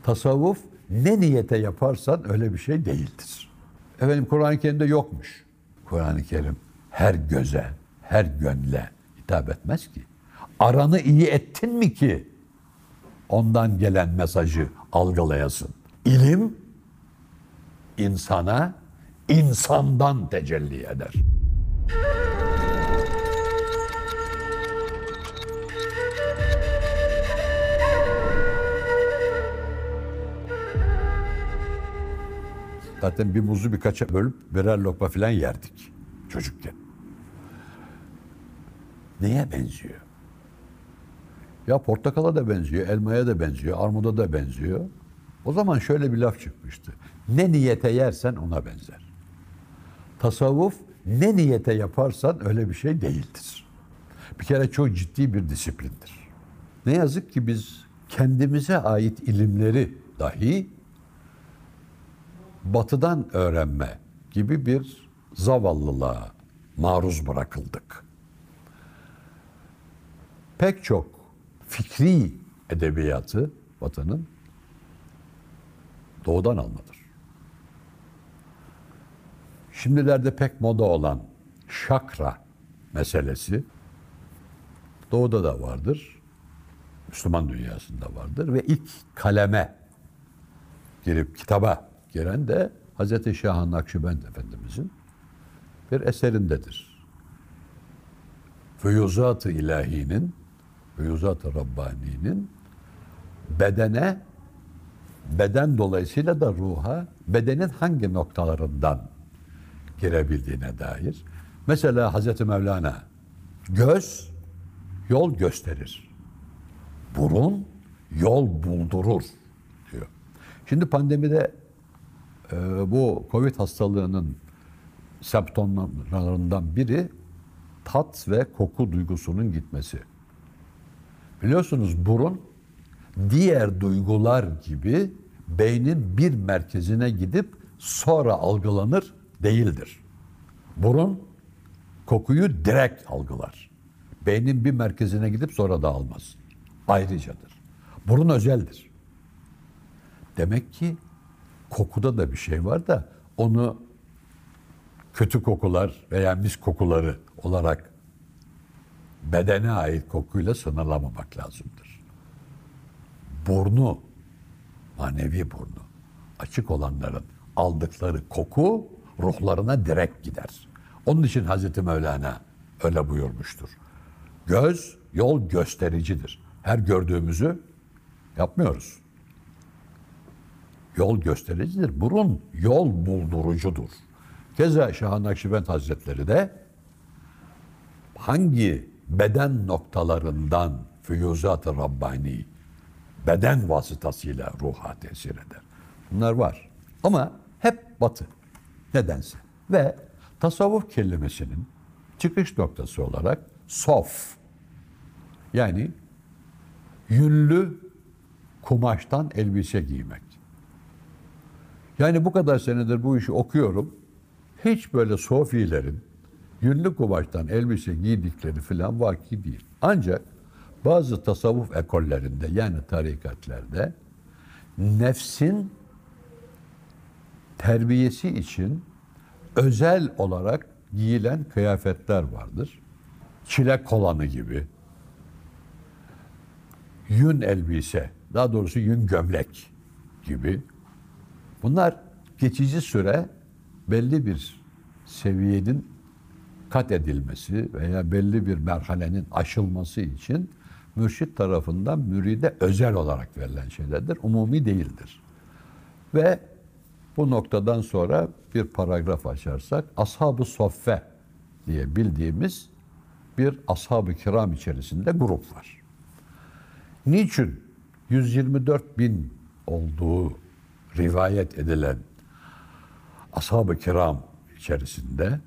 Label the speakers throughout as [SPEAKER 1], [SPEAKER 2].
[SPEAKER 1] Tasavvuf ne niyete yaparsan öyle bir şey değildir. Efendim Kur'an-ı Kerim'de yokmuş. Kur'an-ı Kerim her göze, her gönle hitap etmez ki. Aranı iyi ettin mi ki ondan gelen mesajı algılayasın? İlim insana insandan tecelli eder. Zaten bir muzu birkaça bölüp birer lokma falan yerdik çocukken. Neye benziyor? Ya portakala da benziyor, elmaya da benziyor, armuda da benziyor. O zaman şöyle bir laf çıkmıştı. Ne niyete yersen ona benzer. Tasavvuf ne niyete yaparsan öyle bir şey değildir. Bir kere çok ciddi bir disiplindir. Ne yazık ki biz kendimize ait ilimleri dahi Batı'dan öğrenme gibi bir zavallılığa maruz bırakıldık. Pek çok fikri edebiyatı Batı'nın Doğu'dan almadır. Şimdilerde pek moda olan şakra meselesi Doğu'da da vardır, Müslüman dünyasında vardır ve ilk kaleme girip kitaba giren de Hz. Şah-ı Nakşibend Efendimizin bir eserindedir. Füyuzat-ı İlahi'nin, Füyuzat-ı Rabbani'nin bedene, beden dolayısıyla da ruha, bedenin hangi noktalarından girebildiğine dair. Mesela Hazreti Mevlana, göz yol gösterir, burun yol buldurur diyor. Şimdi pandemide bu Covid hastalığının semptomlarından biri tat ve koku duygusunun gitmesi. Biliyorsunuz burun diğer duygular gibi beynin bir merkezine gidip sonra algılanır değildir. Burun kokuyu direkt algılar. Beynin bir merkezine gidip sonra da almaz. Ayrıcadır. Burun özeldir. Demek ki kokuda da bir şey var da onu kötü kokular veya mis kokuları olarak bedene ait kokuyla sınırlamamak lazımdır. Burnu, manevi burnu, açık olanların aldıkları koku ruhlarına direkt gider. Onun için Hazreti Mevlana öyle buyurmuştur. Göz yol göstericidir. Her gördüğümüzü yapmıyoruz. Yol göstericidir. Burun yol buldurucudur. Keza Şah-ı Nakşibend Hazretleri de hangi beden noktalarından füyuzat-ı Rabbani beden vasıtasıyla ruha tesir eder. Bunlar var. Ama hep Batı. Nedense. Ve tasavvuf kelimesinin çıkış noktası olarak sof, yani yünlü kumaştan elbise giymek. Yani bu kadar senedir bu işi okuyorum. Hiç böyle sofilerin yünlü kumaştan elbise giydikleri falan vaki değil. Ancak bazı tasavvuf ekollerinde yani tarikatlarda nefsin terbiyesi için özel olarak giyilen kıyafetler vardır. Çilek kolanı gibi, yün elbise, daha doğrusu yün gömlek gibi. Bunlar geçici süre belli bir seviyenin kat edilmesi veya belli bir merhalenin aşılması için mürşit tarafından müride özel olarak verilen şeylerdir. Umumi değildir. Ve bu noktadan sonra bir paragraf açarsak Ashab-ı Soffe diye bildiğimiz bir ashab-ı kiram içerisinde grup var. Niçin 124 bin olduğu rivayet edilen ashab-ı kiram içerisinde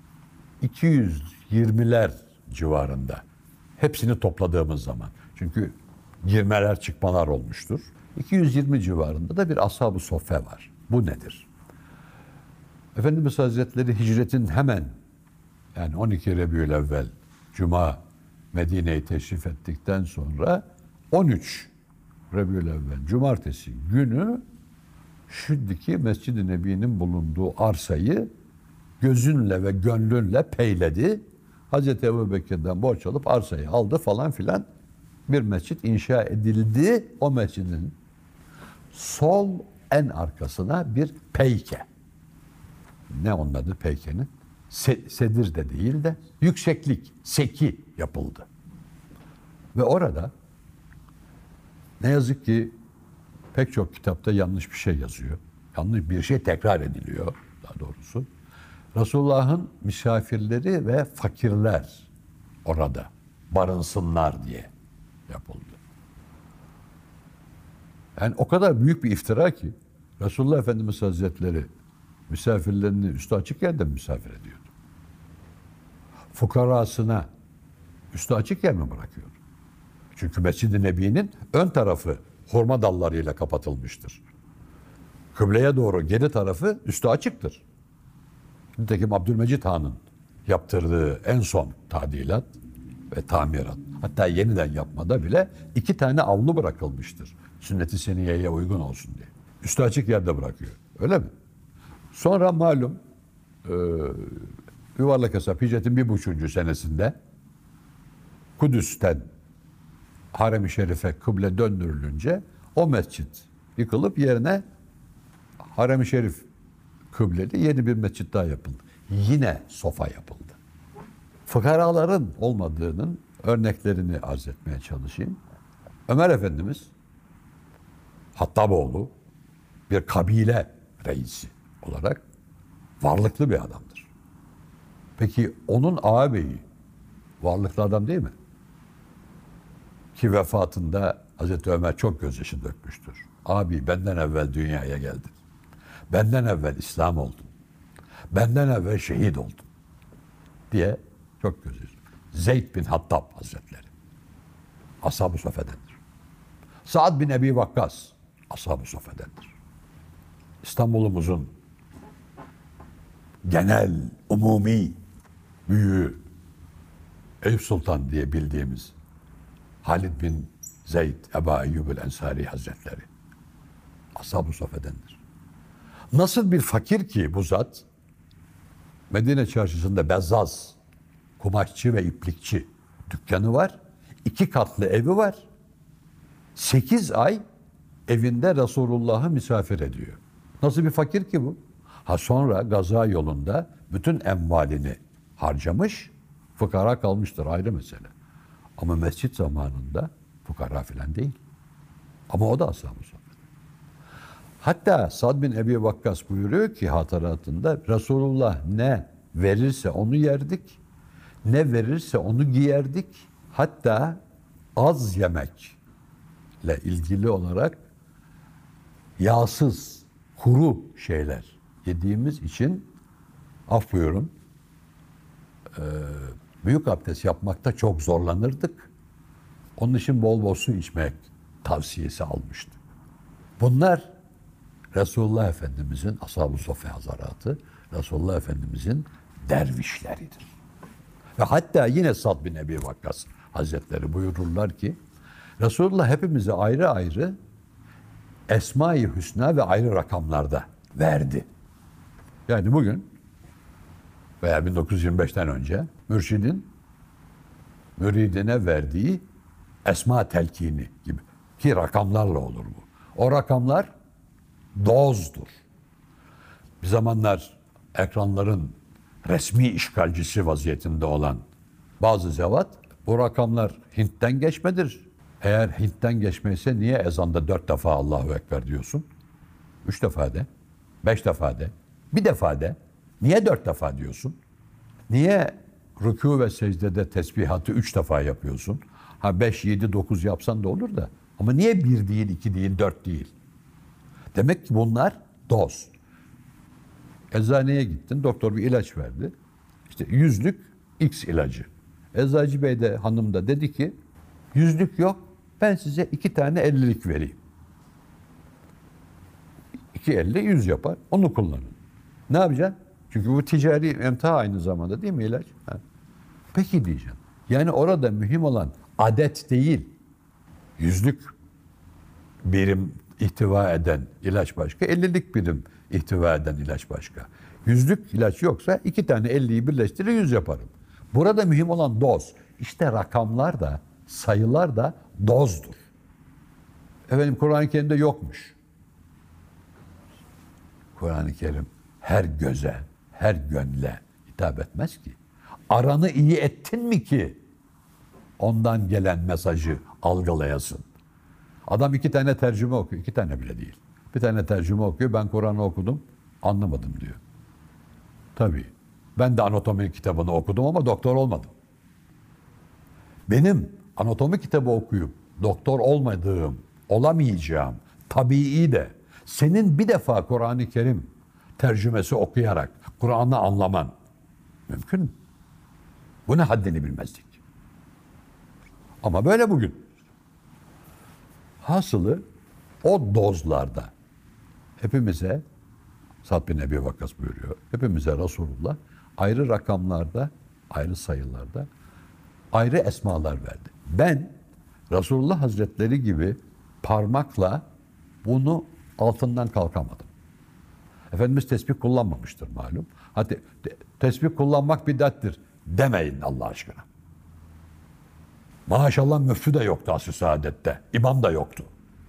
[SPEAKER 1] 220'ler civarında hepsini topladığımız zaman, çünkü girmeler çıkmalar olmuştur. 220 civarında da bir ashab-ı soffe var. Bu nedir? Efendimiz Hazretleri hicretin hemen, yani 12 Rebiyülevvel Cuma Medine'yi teşrif ettikten sonra 13 Rabiülevvel cumartesi günü şimdiki Mescid-i Nebi'nin bulunduğu arsayı gözünle ve gönlünle peyledi. Hazreti Ebubekir'den borç alıp arsayı aldı falan filan. Bir mescit inşa edildi. O mescidin sol en arkasına bir peyke. Ne onun adı peykenin? Sedir de değil de yükseklik, seki yapıldı. Ve orada ne yazık ki pek çok kitapta yanlış bir şey yazıyor. Yanlış bir şey tekrar ediliyor daha doğrusu. Resulullah'ın misafirleri ve fakirler orada barınsınlar diye yapıldı. Yani o kadar büyük bir iftira ki Resulullah Efendimiz Hazretleri misafirlerini üstü açık yerde misafir ediyordu. Fukarasına üstü açık yer mi bırakıyordu? Çünkü Mescid-i Nebi'nin ön tarafı hurma dallarıyla kapatılmıştır. Kıbleye doğru geri tarafı üstü açıktır. Nitekim Abdülmecid Han'ın yaptırdığı en son tadilat ve tamirat, hatta yeniden yapmada bile 2 tane avlu bırakılmıştır. Sünnet-i seniyeye uygun olsun diye. Üstü açık yerde bırakıyor. Öyle mi? Sonra malum yuvarlak hesap hicretin 1,5. senesinde Kudüs'ten Harem-i Şerif'e kıble döndürülünce o mescit yıkılıp yerine Harem-i Şerif kıbleli yeni bir mescit daha yapıldı. Yine sofa yapıldı. Fıkaraların olmadığının örneklerini arz etmeye çalışayım. Ömer Efendimiz Hattaboğlu bir kabile reisi olarak varlıklı bir adamdır. Peki onun ağabeyi varlıklı adam değil mi? Ki vefatında Hazreti Ömer çok gözyaşı dökmüştür. Abi benden evvel dünyaya geldin. Benden evvel İslam oldun. Benden evvel şehit oldun. Diye çok gözyaşı. Zeyd bin Hattab Hazretleri. Ashab-ı Soffe'dendir. Sa'd bin Ebi Vakkas Ashab-ı Soffe'dendir. İstanbul'umuzun genel, umumi büyüğü Eyüp Sultan diye bildiğimiz Halid bin Zeyd Ebu Eyyub el-Ensari Hazretleri Ashab-ı Soffe'dendir. Nasıl bir fakir ki bu zat, Medine çarşısında bezzaz, kumaşçı ve iplikçi dükkanı var, 2 katlı evi var, 8 ay evinde Resulullah'ı misafir ediyor. Nasıl bir fakir ki bu? Ha sonra gaza yolunda bütün emvalini harcamış, fukara kalmıştır ayrı mesele. Ama mescit zamanında fukara filan değil. Ama o da ashab-ı sohbet. Hatta Sa'd bin Ebi Vakkas buyuruyor ki hatıratında Resulullah ne verirse onu yerdik, ne verirse onu giyerdik. Hatta az yemekle ilgili olarak yağsız, kuru şeyler yediğimiz için af buyurun büyük abdest yapmakta çok zorlanırdık. Onun için bol bol su içmek tavsiyesi almıştı. Bunlar Resulullah Efendimizin Ashab-ı Sofya Hazaratı, Resulullah Efendimizin dervişleridir. Ve hatta yine Sa'd bin Ebi Vakkas Hazretleri buyururlar ki Resulullah hepimize ayrı ayrı Esma-i Hüsna ve ayrı rakamlarda verdi. Yani bugün veya 1925'ten önce mürşidin müridine verdiği esma telkini gibi ki rakamlarla olur bu. O rakamlar dozdur. Bir zamanlar ekranların resmi işgalcisi vaziyetinde olan bazı zevat bu rakamlar Hint'ten geçmedir. Eğer Hint'ten geçmeyse niye ezanda 4 defa Allahu Ekber diyorsun? 3 defa de, 5 defa de, bir defa de. Niye 4 defa diyorsun? Niye rükû ve secdede tesbihatı 3 defa yapıyorsun? Ha 5, 7, 9 yapsan da olur da. Ama niye 1 değil, 2 değil, 4 değil? Demek ki bunlar doz. Eczaneye gittin, doktor bir ilaç verdi. İşte 100'lük X ilacı. Eczacı bey de hanım da dedi ki 100'lük yok, ben size 2 tane 50'lik vereyim. 2 50 100 yapar, onu kullanın. Ne yapacaksın? Çünkü bu ticari emtia aynı zamanda değil mi ilaç? Ha. Peki diyeceğim. Yani orada mühim olan adet değil, 100'lük. birim ihtiva eden ilaç başka, 50'lik birim ihtiva eden ilaç başka. 100'lük ilaç yoksa 2 tane 50'yi birleştirir 100 yaparım. Burada mühim olan doz. İşte rakamlar da, sayılar da dozdur. Efendim Kur'an-ı Kerim'de yokmuş. Kur'an-ı Kerim her göze, her gönle hitap etmez ki. Aranı iyi ettin mi ki ondan gelen mesajı algılayasın? Adam 2 tane tercüme okuyor. 2 tane bile değil. Bir tane tercüme okuyor. Ben Kur'an'ı okudum, anlamadım diyor. Tabii. Ben de anatomi kitabını okudum ama doktor olmadım. Benim anatomi kitabı okuyup doktor olmadığım, olamayacağım tabii de senin bir defa Kur'an-ı Kerim tercümesi okuyarak Kur'an'ı anlaman mümkün mü? Bu ne haddini bilmezdik. Ama böyle bugün. Hasılı o dozlarda hepimize Sa'd bin Ebi Vakkas buyuruyor. Hepimize Resulullah ayrı rakamlarda, ayrı sayılarda, ayrı esmalar verdi. Ben Resulullah Hazretleri gibi parmakla bunu altından kalkamadım. Efendimiz tesbih kullanmamıştır malum. Hadi tesbih kullanmak bidattir demeyin Allah aşkına. Maşallah müftü de yoktu Asr-ı Saadet'te. İmam da yoktu.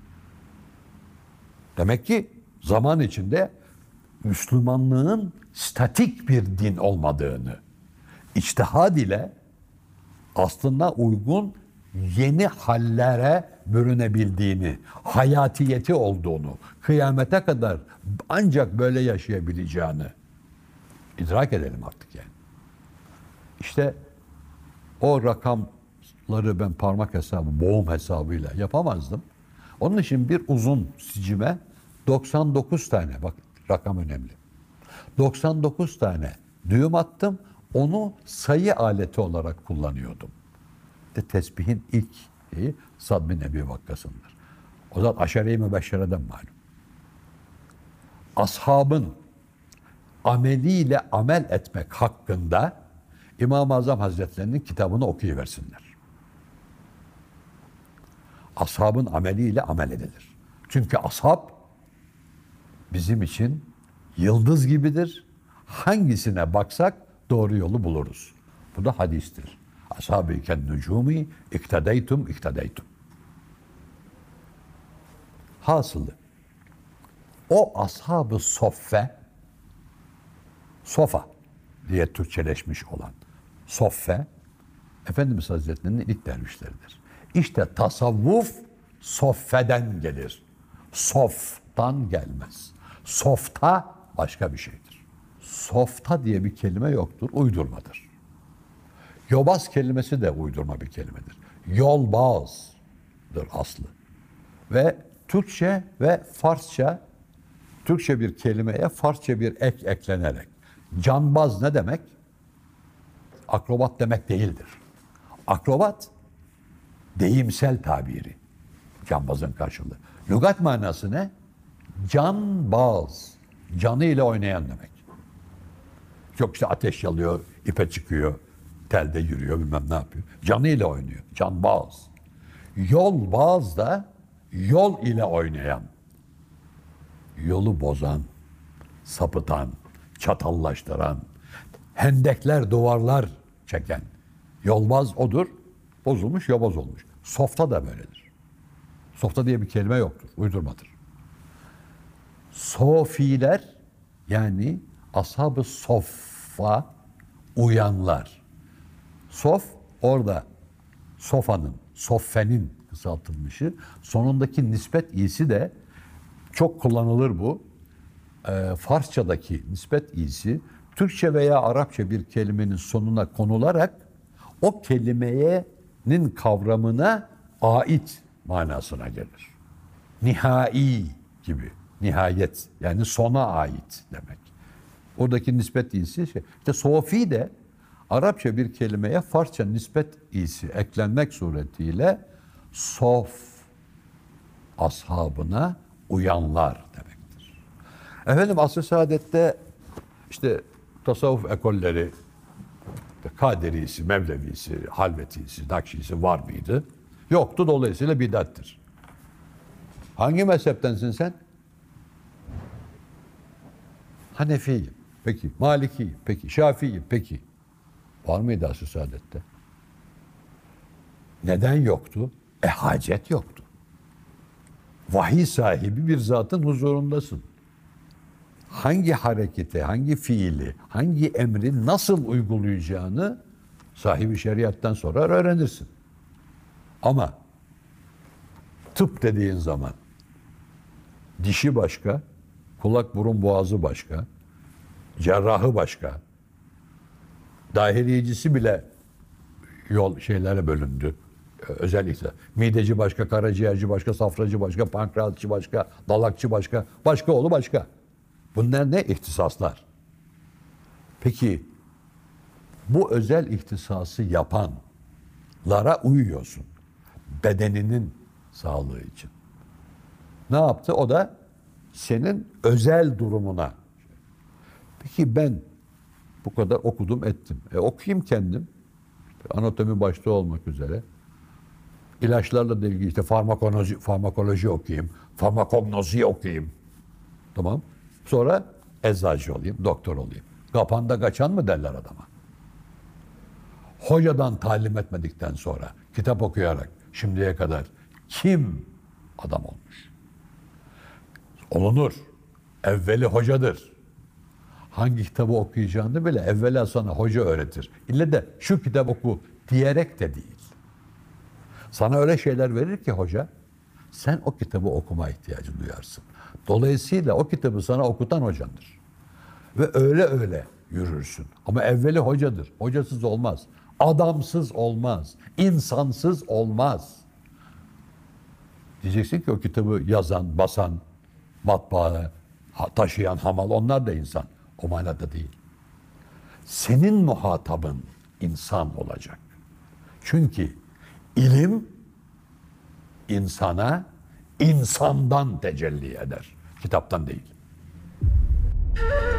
[SPEAKER 1] Demek ki zaman içinde Müslümanlığın statik bir din olmadığını, içtihad ile aslında uygun yeni hallere bürünebildiğini, hayatiyeti olduğunu, kıyamete kadar ancak böyle yaşayabileceğini idrak edelim artık yani. İşte o rakamları ben parmak hesabı, boğum hesabıyla yapamazdım. Onun için bir uzun sicime 99 tane, bak rakam önemli. 99 tane düğüm attım, onu sayı aleti olarak kullanıyordum. Tesbihin ilk şeyi Sa'd bin Ebi Vakkas'ındır. O zaman aşere-i mübeşşereden malum. Ashabın ameliyle amel etmek hakkında İmam-ı Azam Hazretlerinin kitabını okuyuversinler. Ashabın ameliyle amel edilir. Çünkü ashab bizim için yıldız gibidir. Hangisine baksak doğru yolu buluruz. Bu da hadistir. Ashab-ı nucumi iktedeytum. Hasılı o ashab-ı sofa diye Türkçeleşmiş olan soffe Efendimiz Hazretleri'nin ilk dervişleridir. İşte tasavvuf soffeden gelir. Softan gelmez. Softa başka bir şeydir. Softa diye bir kelime yoktur, uydurmadır. Yobaz kelimesi de uydurma bir kelimedir. Yolbazdır aslı. Ve Türkçe ve Farsça, Türkçe bir kelimeye Farsça bir ek eklenerek. Canbaz ne demek? Akrobat demek değildir. Akrobat deyimsel tabiri. Canbazın karşılığı. Lügat manası ne? Canbaz. Canı ile oynayan demek. Yok işte ateş yalıyor, ipe çıkıyor, telde yürüyor, bilmem ne yapıyor. Canı ile oynuyor. Canbaz. Yolbaz da yol ile oynayan. Yolu bozan, sapıtan, çatallaştıran, hendekler, duvarlar çeken. Yolbaz odur. Bozulmuş, yobaz olmuş. Softa da böyledir. Softa diye bir kelime yoktur. Uydurmadır. Sofiler yani ashab-ı soffa uyanlar. Sof orada soffenin kısaltılmışı. Sonundaki nispet i'si de çok kullanılır bu. Farsçadaki nispet i'si Türkçe veya Arapça bir kelimenin sonuna konularak o kelimenin kavramına ait manasına gelir. Nihai gibi. Nihayet yani sona ait demek. Oradaki nispet i'si şey. İşte sofi de Arapça bir kelimeye Farsça nispet i'si eklenmek suretiyle sof ashabına uyanlar demektir. Efendim Asr-ı Saadet'te işte tasavvuf ekolleri Kadirisi, Mevlevisi, Halvetisi, Nakşisi var mıydı? Yoktu. Dolayısıyla bidattir. Hangi mezheptensin sen? Hanefiyim. Peki. Malikiyim. Peki. Şafiiyim. Peki. Var mıydı Asr-ı Saadet'te? Neden yoktu? Hacet yoktu. Vahiy sahibi bir zatın huzurundasın. Hangi hareketi, hangi fiili, hangi emri nasıl uygulayacağını sahibi şeriattan sonra öğrenirsin. Ama tıp dediğin zaman dişi başka, kulak burun boğazı başka, cerrahı başka, dahiliyecisi bile yol şeylere bölündü. Özellikle mideci başka, karaciğerci başka, safracı başka, pankreasçı başka, dalakçı başka, başka oğlu başka. Bunlar ne ihtisaslar? Peki bu özel ihtisası yapanlara uyuyorsun. Bedeninin sağlığı için. Ne yaptı? O da senin özel durumuna. Peki ben bu kadar okudum ettim. Okuyayım kendim. Anatomi başta olmak üzere. İlaçlarla da ilgili işte farmakoloji okuyayım. Farmakognozi okuyayım. Tamam. Sonra eczacı olayım, doktor olayım. Kapanda kaçan mı derler adama. Hocadan talim etmedikten sonra kitap okuyarak şimdiye kadar kim adam olmuş? Olunur. Evveli hocadır. Hangi kitabı okuyacağını bile evvela sana hoca öğretir. İlle de şu kitap oku diyerek de değil. Sana öyle şeyler verir ki hoca, sen o kitabı okuma ihtiyacı duyarsın. Dolayısıyla o kitabı sana okutan hocandır. Ve öyle yürürsün. Ama evveli hocadır. Hocasız olmaz. Adamsız olmaz. İnsansız olmaz. Diyeceksin ki o kitabı yazan, basan, matbaa, taşıyan hamal onlar da insan. O manada değil. Senin muhatabın insan olacak. Çünkü ilim insana insandan tecelli eder. Kitaptan değil.